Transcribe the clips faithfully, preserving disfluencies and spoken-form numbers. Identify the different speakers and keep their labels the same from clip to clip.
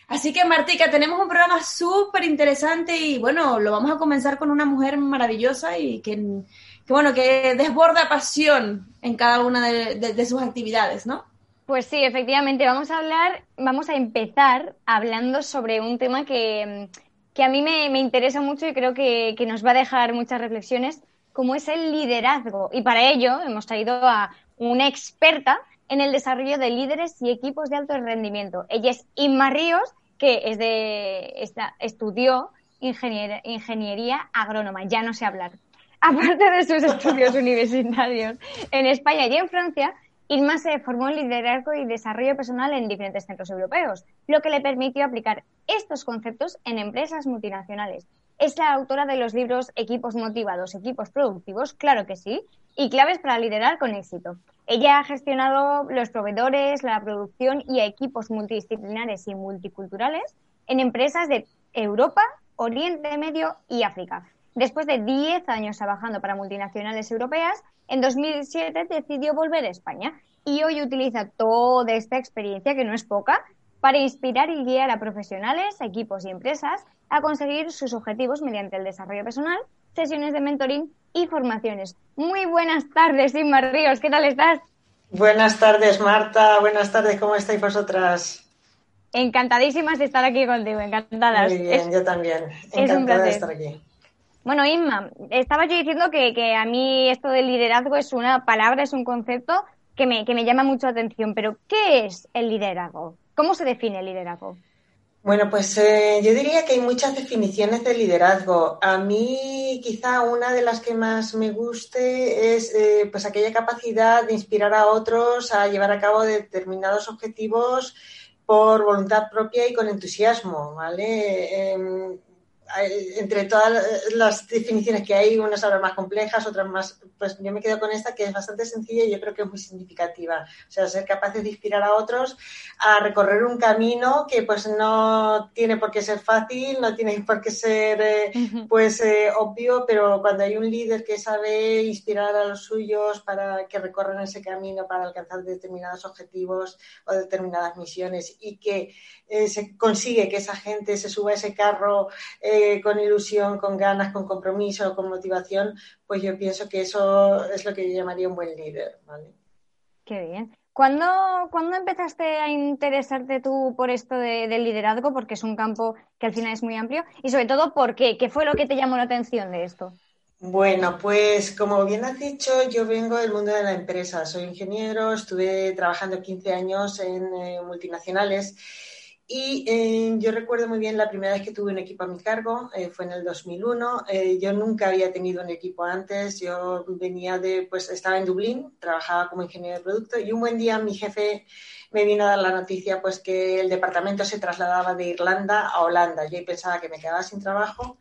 Speaker 1: Así que, Martica, tenemos un programa súper interesante y, bueno, lo vamos a comenzar con una mujer maravillosa y que, que bueno, que desborda pasión en cada una de, de, de sus actividades, ¿no?
Speaker 2: Pues sí, efectivamente, vamos a hablar, vamos a empezar hablando sobre un tema que, que a mí me, me interesa mucho y creo que, que nos va a dejar muchas reflexiones, como es el liderazgo. Y para ello hemos traído a una experta en el desarrollo de líderes y equipos de alto rendimiento. Ella es Inma Ríos, que es de, esta, estudió ingenier, ingeniería agrónoma, ya no sé hablar. Aparte de sus estudios universitarios en España y en Francia, Inma se formó en liderazgo y desarrollo personal en diferentes centros europeos, lo que le permitió aplicar estos conceptos en empresas multinacionales. Es la autora de los libros Equipos motivados, equipos productivos, claro que sí, y claves para liderar con éxito. Ella ha gestionado los proveedores, la producción y equipos multidisciplinares y multiculturales en empresas de Europa, Oriente Medio y África. Después de diez años trabajando para multinacionales europeas, en dos mil siete decidió volver a España y hoy utiliza toda esta experiencia, que no es poca, para inspirar y guiar a profesionales, equipos y empresas a conseguir sus objetivos mediante el desarrollo personal, sesiones de mentoring y formaciones. Muy buenas tardes, Inma Ríos, ¿qué tal estás?
Speaker 3: Buenas tardes, Marta. Buenas tardes, ¿cómo estáis vosotras?
Speaker 2: Encantadísimas de estar aquí contigo, encantadas.
Speaker 3: Muy bien,
Speaker 2: es,
Speaker 3: yo también.
Speaker 2: es un
Speaker 3: Encantada de
Speaker 2: placer.
Speaker 3: estar aquí.
Speaker 2: Bueno, Inma, estaba yo diciendo que, que a mí esto del liderazgo es una palabra, es un concepto que me, que me llama mucho la atención, pero ¿qué es el liderazgo? ¿Cómo se define el liderazgo?
Speaker 3: Bueno, pues eh, yo diría que hay muchas definiciones de liderazgo. A mí quizá una de las que más me guste es eh, pues aquella capacidad de inspirar a otros a llevar a cabo determinados objetivos por voluntad propia y con entusiasmo, ¿vale? Eh, entre todas las definiciones que hay, unas habrá más complejas, otras más, pues yo me quedo con esta que es bastante sencilla y yo creo que es muy significativa. O sea, ser capaces de inspirar a otros a recorrer un camino que pues no tiene por qué ser fácil, no tiene por qué ser eh, pues eh, obvio, pero cuando hay un líder que sabe inspirar a los suyos para que recorran ese camino para alcanzar determinados objetivos o determinadas misiones y que eh, se consigue que esa gente se suba a ese carro eh, con ilusión, con ganas, con compromiso, con motivación, pues yo pienso que eso es lo que yo llamaría un buen líder, ¿vale?
Speaker 2: Qué bien. ¿Cuándo, ¿cuándo empezaste a interesarte tú por esto de, del liderazgo? Porque es un campo que al final es muy amplio. Y sobre todo, ¿por qué? ¿Qué fue lo que te llamó la atención de esto?
Speaker 3: Bueno, pues como bien has dicho, yo vengo del mundo de la empresa. Soy ingeniero, estuve trabajando quince años en eh, multinacionales y eh, yo recuerdo muy bien la primera vez que tuve un equipo a mi cargo, eh, fue en el dos mil uno. Eh, yo nunca había tenido un equipo antes, yo venía de, pues estaba en Dublín, trabajaba como ingeniero de producto y un buen día mi jefe me vino a dar la noticia pues que el departamento se trasladaba de Irlanda a Holanda. Yo pensaba que me quedaba sin trabajo.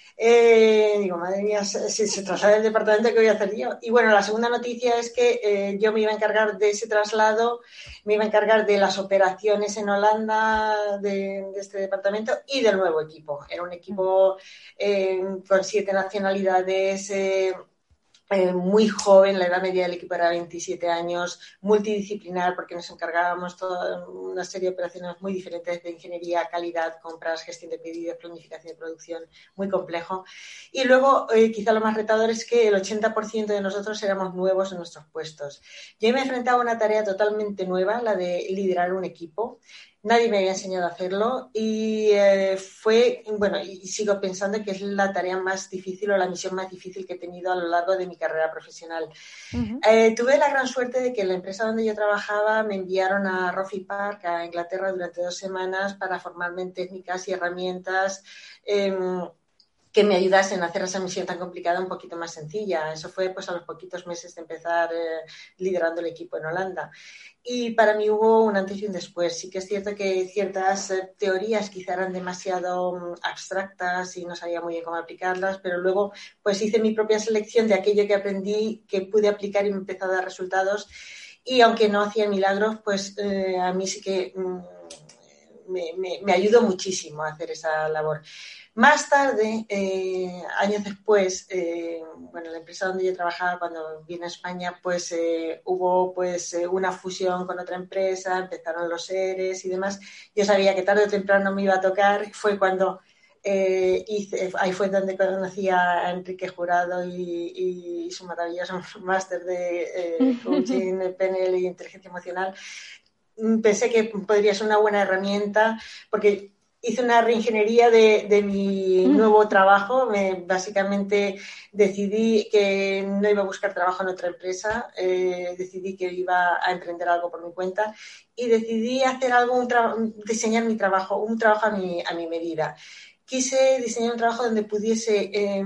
Speaker 3: Eh, digo, madre mía, si se traslada el departamento, ¿qué voy a hacer yo? Y bueno, la segunda noticia es que eh, yo me iba a encargar de ese traslado, me iba a encargar de las operaciones en Holanda de, de este departamento y del nuevo equipo. Era un equipo eh, con siete nacionalidades, eh, Eh, muy joven, la edad media del equipo era veintisiete años, multidisciplinar porque nos encargábamos toda una serie de operaciones muy diferentes de ingeniería, calidad, compras, gestión de pedidos, planificación de producción, muy complejo. Y luego, eh, quizá lo más retador es que el ochenta por ciento de nosotros éramos nuevos en nuestros puestos. Yo me enfrentaba a una tarea totalmente nueva, la de liderar un equipo. Nadie me había enseñado a hacerlo y eh, fue, bueno, y sigo pensando que es la tarea más difícil o la misión más difícil que he tenido a lo largo de mi carrera profesional. Uh-huh. Eh, tuve la gran suerte de que en la empresa donde yo trabajaba me enviaron a Roffey Park, a Inglaterra, durante dos semanas para formarme en técnicas y herramientas eh, que me ayudasen a hacer esa misión tan complicada un poquito más sencilla. Eso fue pues a los poquitos meses de empezar eh, liderando el equipo en Holanda. Y para mí hubo un antes y un después. Sí que es cierto que ciertas eh, teorías quizá eran demasiado um, abstractas y no sabía muy bien cómo aplicarlas, pero luego pues hice mi propia selección de aquello que aprendí, que pude aplicar y me empezó a dar resultados. Y aunque no hacía milagros, pues eh, a mí sí que... Um, me, me, me ayudó muchísimo a hacer esa labor. Más tarde, eh, años después, eh, bueno, la empresa donde yo trabajaba cuando vine a España, pues eh, hubo pues eh, una fusión con otra empresa, empezaron los ERES y demás. Yo sabía que tarde o temprano me iba a tocar. Fue cuando eh, hice, ahí fue donde conocí a Enrique Jurado y, y su maravilloso máster de eh, coaching, P N L y inteligencia emocional. Pensé que podría ser una buena herramienta porque hice una reingeniería de, de mi nuevo trabajo. Me, básicamente decidí que no iba a buscar trabajo en otra empresa, eh, decidí que iba a emprender algo por mi cuenta y decidí hacer algo, un tra- diseñar mi trabajo, un trabajo a mi, a mi medida. Quise diseñar un trabajo donde pudiese eh,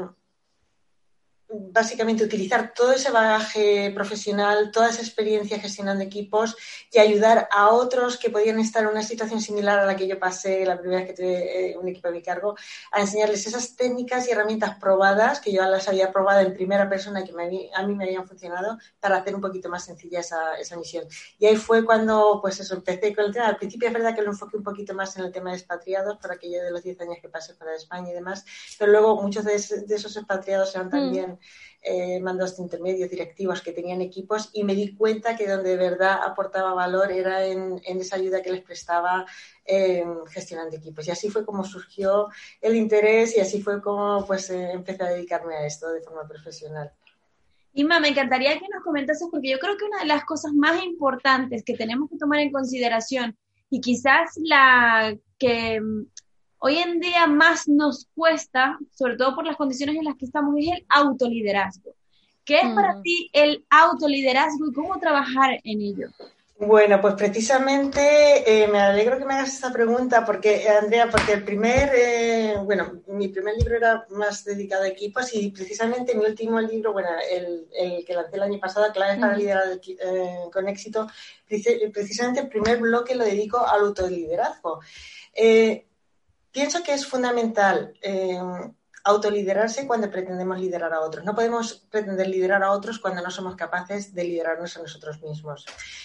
Speaker 3: básicamente utilizar todo ese bagaje profesional, toda esa experiencia gestionando equipos y ayudar a otros que podían estar en una situación similar a la que yo pasé la primera vez que tuve un equipo a mi cargo, a enseñarles esas técnicas y herramientas probadas que yo las había probado en primera persona y que me, a mí me habían funcionado para hacer un poquito más sencilla esa, esa misión. Y ahí fue cuando pues eso, empecé con el tema. Al principio es verdad que lo enfoqué un poquito más en el tema de expatriados por aquello de los diez años que pasé fuera de España y demás, pero luego muchos de, ese, de esos expatriados eran también mm. Eh, mandos intermedios, directivos que tenían equipos y me di cuenta que donde de verdad aportaba valor era en, en esa ayuda que les prestaba eh, gestionando equipos. Y así fue como surgió el interés y así fue como pues eh, empecé a dedicarme a esto de forma profesional.
Speaker 1: Inma, me encantaría que nos comentases, porque yo creo que una de las cosas más importantes que tenemos que tomar en consideración y quizás la que hoy en día más nos cuesta, sobre todo por las condiciones en las que estamos, es el autoliderazgo. ¿Qué es mm. para ti el autoliderazgo y cómo trabajar en ello?
Speaker 3: Bueno, pues precisamente eh, me alegro que me hagas esta pregunta, porque Andrea, porque el primer, eh, bueno, mi primer libro era más dedicado a equipos y precisamente mi último libro, bueno, el, el que lancé el año pasado, Claves para liderar eh, con éxito, precisamente el primer bloque lo dedico al autoliderazgo. Eh, Pienso que es fundamental eh, autoliderarse cuando pretendemos liderar a otros. No podemos pretender liderar a otros cuando no somos capaces de liderarnos a nosotros mismos.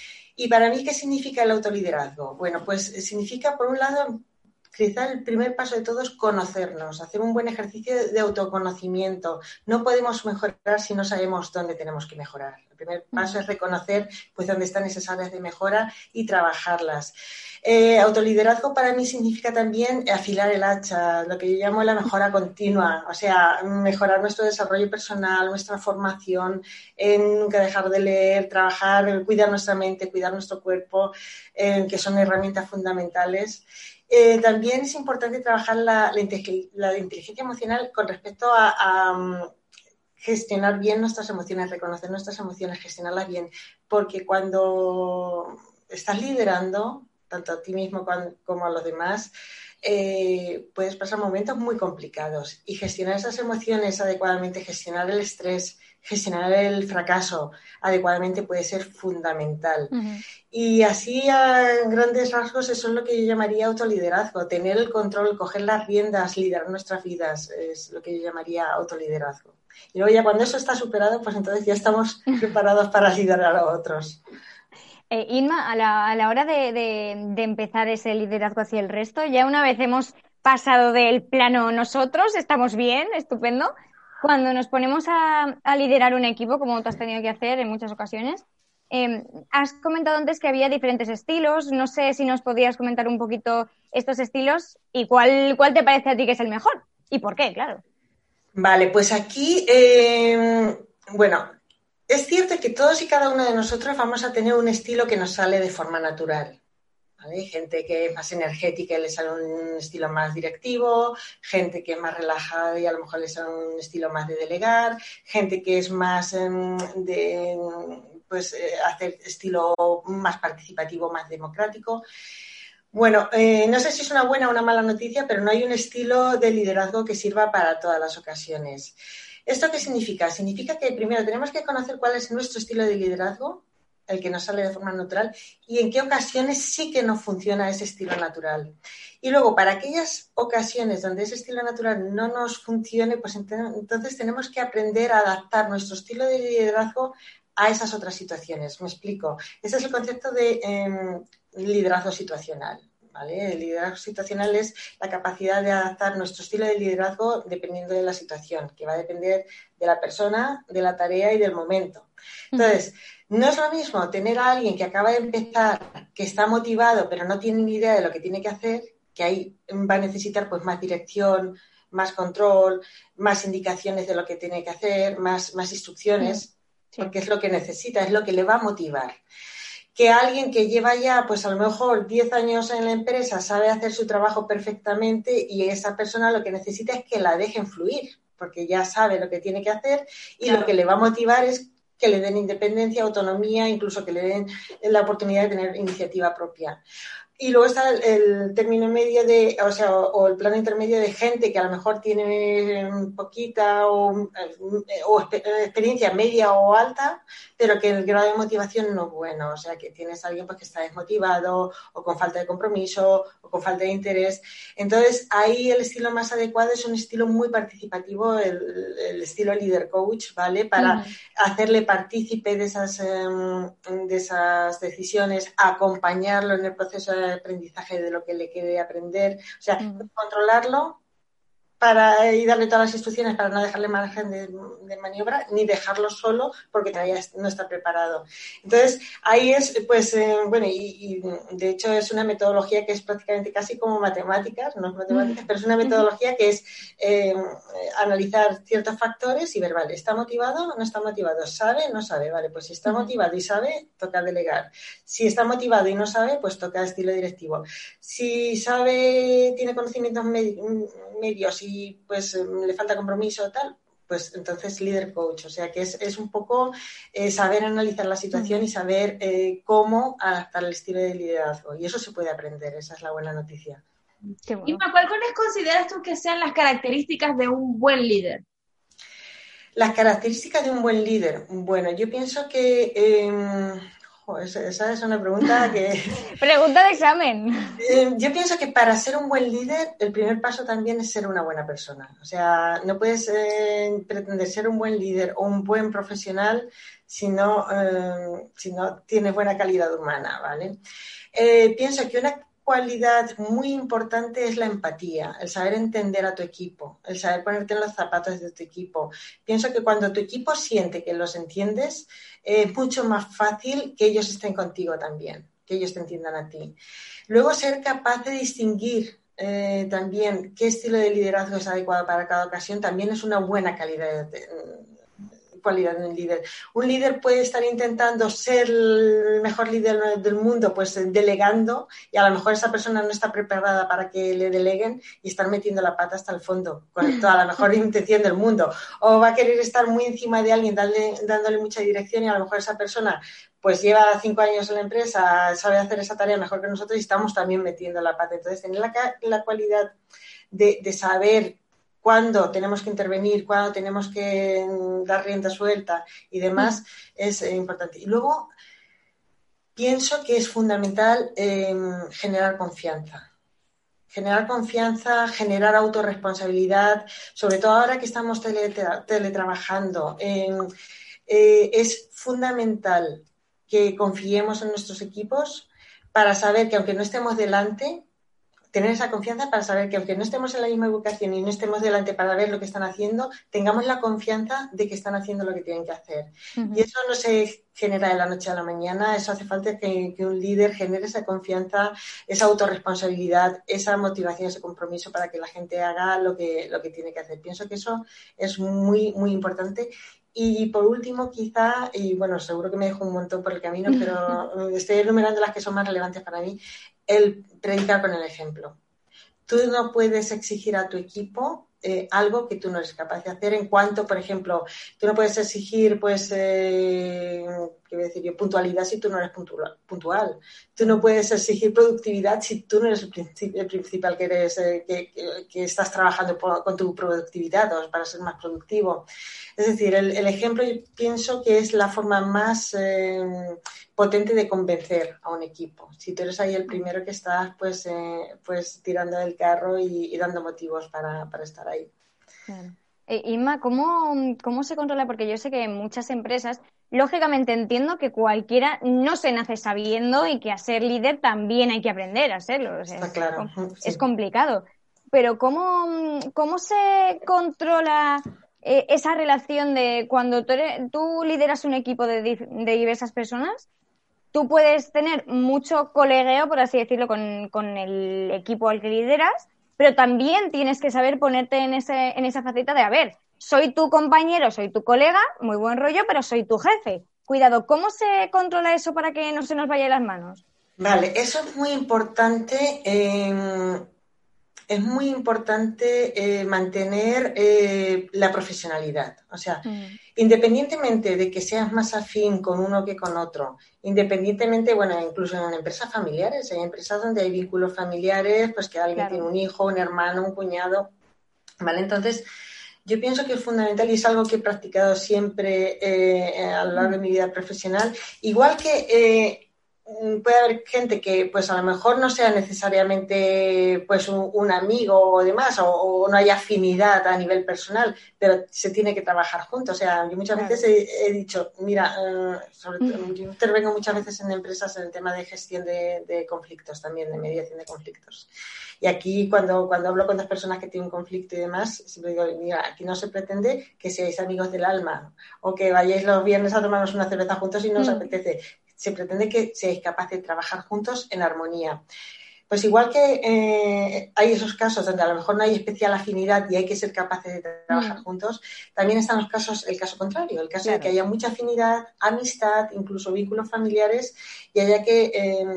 Speaker 3: Y para mí, ¿qué significa el autoliderazgo? Bueno, pues significa, por un lado, quizá el primer paso de todo es conocernos, hacer un buen ejercicio de autoconocimiento. No podemos mejorar si no sabemos dónde tenemos que mejorar. El primer paso es reconocer pues, dónde están esas áreas de mejora y trabajarlas. Eh, autoliderazgo para mí significa también afilar el hacha, lo que yo llamo la mejora continua, o sea, mejorar nuestro desarrollo personal, nuestra formación, eh, nunca dejar de leer, trabajar, cuidar nuestra mente, cuidar nuestro cuerpo, eh, que son herramientas fundamentales. Eh, también es importante trabajar la, la, la inteligencia emocional con respecto a, a gestionar bien nuestras emociones, reconocer nuestras emociones, gestionarlas bien, porque cuando estás liderando, tanto a ti mismo como a los demás, eh, puedes pasar momentos muy complicados y gestionar esas emociones adecuadamente, gestionar el estrés, gestionar el fracaso adecuadamente puede ser fundamental. Uh-huh. Y así a grandes rasgos eso es lo que yo llamaría autoliderazgo, tener el control, coger las riendas, liderar nuestras vidas, es lo que yo llamaría autoliderazgo. Y luego ya cuando eso está superado, pues entonces ya estamos preparados para liderar a otros.
Speaker 2: Eh, Inma, a la, a la hora de, de, de empezar ese liderazgo hacia el resto, ya una vez hemos pasado del plano nosotros, estamos bien, estupendo. Cuando nos ponemos a, a liderar un equipo, como tú has tenido que hacer en muchas ocasiones, eh, has comentado antes que había diferentes estilos. No sé si nos podías comentar un poquito estos estilos y cuál, cuál te parece a ti que es el mejor y por qué, claro.
Speaker 3: Vale, pues aquí, eh, bueno... Es cierto que todos y cada uno de nosotros vamos a tener un estilo que nos sale de forma natural. ¿Vale? Hay gente que es más energética y le sale un estilo más directivo, gente que es más relajada y a lo mejor le sale un estilo más de delegar, gente que es más eh, de pues, eh, hacer estilo más participativo, más democrático. Bueno, eh, no sé si es una buena o una mala noticia, pero no hay un estilo de liderazgo que sirva para todas las ocasiones. ¿Esto qué significa? Significa que primero tenemos que conocer cuál es nuestro estilo de liderazgo, el que nos sale de forma natural, y en qué ocasiones sí que no funciona ese estilo natural. Y luego, para aquellas ocasiones donde ese estilo natural no nos funcione, pues entonces tenemos que aprender a adaptar nuestro estilo de liderazgo a esas otras situaciones. Me explico. Ese es el concepto de eh, liderazgo situacional. ¿vale? El liderazgo situacional es la capacidad de adaptar nuestro estilo de liderazgo dependiendo de la situación, que va a depender de la persona, de la tarea y del momento. Entonces, no es lo mismo tener a alguien que acaba de empezar, que está motivado, pero no tiene ni idea de lo que tiene que hacer, que ahí va a necesitar pues más dirección, más control, más indicaciones de lo que tiene que hacer, más, más instrucciones, sí. Porque es lo que necesita, es lo que le va a motivar. Que alguien que lleva ya, pues a lo mejor diez años en la empresa, sabe hacer su trabajo perfectamente y esa persona lo que necesita es que la dejen fluir, porque ya sabe lo que tiene que hacer y claro. Lo que le va a motivar es que le den independencia, autonomía, incluso que le den la oportunidad de tener iniciativa propia. Y luego está el, el término medio de, o sea, o, o el plano intermedio de gente que a lo mejor tiene poquita o, o experiencia media o alta, pero que el grado de motivación no es bueno. O sea, que tienes a alguien pues, que está desmotivado o con falta de compromiso o con falta de interés. Entonces, ahí el estilo más adecuado es un estilo muy participativo, el, el estilo líder coach, ¿vale? Para uh-huh. hacerle partícipe de esas, um, de esas decisiones, acompañarlo en el proceso de aprendizaje de lo que le quede aprender, o sea, mm. controlarlo para y darle todas las instrucciones para no dejarle margen de, de maniobra, ni dejarlo solo porque todavía no está preparado. Entonces, ahí es, pues, eh, bueno, y, y de hecho es una metodología que es prácticamente casi como matemáticas, no es matemáticas, mm. pero es una metodología que es eh, analizar ciertos factores y ver, vale, ¿está motivado o no está motivado? ¿Sabe o no sabe? Vale, pues si está mm. motivado y sabe, toca delegar. Si está motivado y no sabe, pues toca estilo directivo. Si sabe, tiene conocimientos med- medios y y pues le falta compromiso o tal, pues entonces líder coach, o sea que es, es un poco eh, saber analizar la situación uh-huh. y saber eh, cómo adaptar el estilo de liderazgo, y eso se puede aprender, esa es la buena noticia.
Speaker 1: Qué bueno. Inma, ¿cuáles consideras tú que sean las características de un buen líder?
Speaker 3: Las características de un buen líder, bueno, yo pienso que eh, esa es una pregunta que...
Speaker 2: Pregunta de examen.
Speaker 3: Eh, yo pienso que para ser un buen líder, el primer paso también es ser una buena persona. O sea, no puedes eh, pretender ser un buen líder o un buen profesional si no, eh, si no tienes buena calidad humana, ¿vale? Eh, pienso que una cualidad muy importante es la empatía, el saber entender a tu equipo, el saber ponerte en los zapatos de tu equipo. Pienso que cuando tu equipo siente que los entiendes, es mucho más fácil que ellos estén contigo también, que ellos te entiendan a ti. Luego, ser capaz de distinguir eh, también qué estilo de liderazgo es adecuado para cada ocasión también es una buena calidad de, cualidad de un líder. Un líder puede estar intentando ser el mejor líder del mundo, pues delegando, y a lo mejor esa persona no está preparada para que le deleguen y estar metiendo la pata hasta el fondo, con toda la mejor intención del mundo. O va a querer estar muy encima de alguien, darle, dándole mucha dirección, y a lo mejor esa persona pues lleva cinco años en la empresa, sabe hacer esa tarea mejor que nosotros y estamos también metiendo la pata. Entonces, tener la, la cualidad de, de saber cuándo tenemos que intervenir, cuándo tenemos que dar rienda suelta y demás, mm. es eh, importante. Y luego, pienso que es fundamental eh, generar confianza. Generar confianza, generar autorresponsabilidad, sobre todo ahora que estamos teletra- teletrabajando. Eh, eh, es fundamental que confiemos en nuestros equipos para saber que aunque no estemos delante, tener esa confianza para saber que aunque no estemos en la misma educación y no estemos delante para ver lo que están haciendo, tengamos la confianza de que están haciendo lo que tienen que hacer. Uh-huh. Y eso no se genera de la noche a la mañana, eso hace falta que, que un líder genere esa confianza, esa autorresponsabilidad, esa motivación, ese compromiso para que la gente haga lo que, lo que tiene que hacer. Pienso que eso es muy, muy importante. Y por último, quizá, y bueno, seguro que me dejo un montón por el camino, pero estoy enumerando las que son más relevantes para mí, el predicar con el ejemplo. Tú no puedes exigir a tu equipo eh, algo que tú no eres capaz de hacer en cuanto, por ejemplo, tú no puedes exigir, pues, eh, ¿qué voy a decir yo? Puntualidad si tú no eres puntual. puntual. Tú no puedes exigir productividad si tú no eres el, princip- el principal que eres, eh, que, que, que estás trabajando por, con tu productividad o para ser más productivo. Es decir, el, el ejemplo yo pienso que es la forma más eh, potente de convencer a un equipo. Si tú eres ahí el primero que estás, pues, eh, pues tirando del carro y, y dando motivos para, para estar ahí.
Speaker 2: Claro. Eh, Inma, ¿cómo, ¿cómo se controla? Porque yo sé que en muchas empresas lógicamente entiendo que cualquiera no se nace sabiendo y que a ser líder también hay que aprender a serlo. O sea,
Speaker 3: Está claro.
Speaker 2: Es,
Speaker 3: Sí.
Speaker 2: es complicado. Pero ¿cómo, cómo se controla eh, esa relación de cuando tú, eres, tú lideras un equipo de, de diversas personas? Tú puedes tener mucho colegueo, por así decirlo, con, con el equipo al que lideras, pero también tienes que saber ponerte en, ese, en esa faceta de, a ver, soy tu compañero, soy tu colega, muy buen rollo, pero soy tu jefe. Cuidado, ¿cómo se controla eso para que no se nos vaya de las manos?
Speaker 3: Vale, eso es muy importante. Eh, es muy importante eh, mantener eh, la profesionalidad. O sea, mm. independientemente de que seas más afín con uno que con otro, independientemente, bueno, incluso en empresas familiares, hay empresas donde hay vínculos familiares, pues que alguien claro. tiene un hijo, un hermano, un cuñado, ¿vale? Entonces, yo pienso que es fundamental y es algo que he practicado siempre eh, a lo largo de mi vida profesional, igual que... Eh, puede haber gente que pues a lo mejor no sea necesariamente pues un, un amigo o demás o, o no haya afinidad a nivel personal, pero se tiene que trabajar juntos. O sea, yo muchas claro. veces he, he dicho, mira, eh, sobre todo, yo intervengo muchas veces en empresas en el tema de gestión de, de conflictos también, de mediación de conflictos. Y aquí cuando, cuando hablo con dos personas que tienen un conflicto y demás, siempre digo, mira, aquí no se pretende que seáis amigos del alma o que vayáis los viernes a tomarnos una cerveza juntos y no os mm. apetece. Se pretende que seáis capaces de trabajar juntos en armonía. Pues igual que eh, hay esos casos donde a lo mejor no hay especial afinidad y hay que ser capaces de trabajar mm. juntos, también están los casos, el caso contrario, el caso claro. de que haya mucha afinidad, amistad, incluso vínculos familiares y haya que eh,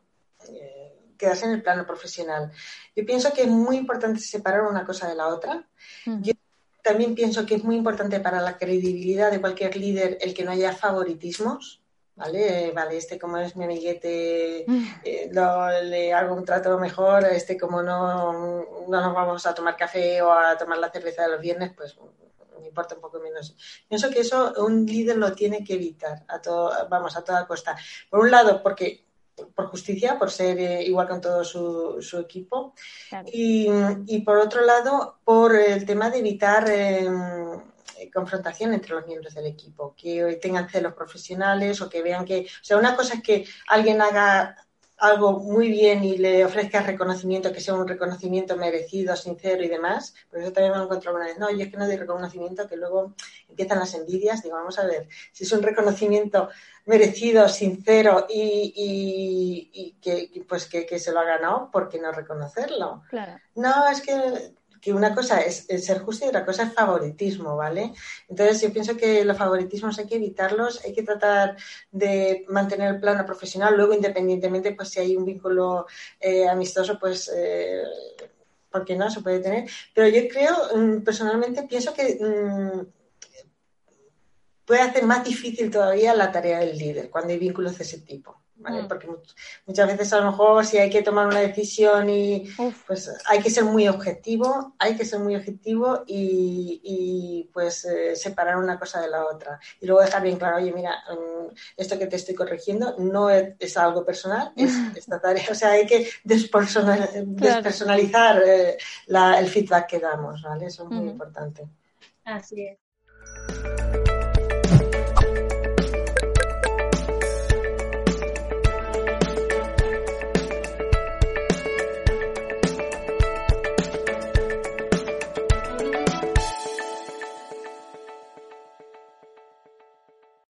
Speaker 3: eh, quedarse en el plano profesional. Yo pienso que es muy importante separar una cosa de la otra. Mm. Yo también pienso que es muy importante para la credibilidad de cualquier líder el que no haya favoritismos. Vale, vale, este como es mi amiguete, eh, lo, le hago un trato mejor, este como no, no nos vamos a tomar café o a tomar la cerveza de los viernes, pues me importa un poco menos. Pienso que eso un líder lo tiene que evitar, a todo, vamos, a toda costa. Por un lado, porque por justicia, por ser eh, igual con todo su, su equipo, claro. y, y por otro lado, por el tema de evitar... Eh, confrontación entre los miembros del equipo, que tengan celos profesionales o que vean que... O sea, una cosa es que alguien haga algo muy bien y le ofrezca reconocimiento, que sea un reconocimiento merecido, sincero y demás, por eso también me lo encontrado una vez, no, yo es que no doy reconocimiento, que luego empiezan las envidias, digo, vamos a ver, si es un reconocimiento merecido, sincero y, y, y que, pues que, que se lo ha ganado, ¿por qué no reconocerlo?
Speaker 2: Claro.
Speaker 3: No, es que... que una cosa es, es ser justo y otra cosa es favoritismo, ¿vale? Entonces yo pienso que los favoritismos hay que evitarlos, hay que tratar de mantener el plano profesional, luego independientemente, pues si hay un vínculo eh, amistoso, pues eh, ¿por qué no? Se puede tener. Pero yo creo, personalmente, pienso que mmm, puede hacer más difícil todavía la tarea del líder cuando hay vínculos de ese tipo. ¿Vale? Porque muchas veces a lo mejor si hay que tomar una decisión y Uf. pues hay que ser muy objetivo, hay que ser muy objetivo y, y pues eh, separar una cosa de la otra y luego dejar bien claro, oye mira, esto que te estoy corrigiendo no es, es algo personal, es esta tarea, o sea hay que despersonal, claro. despersonalizar eh, la, el feedback que damos, ¿vale? Eso es muy uh-huh. importante.
Speaker 1: Así es.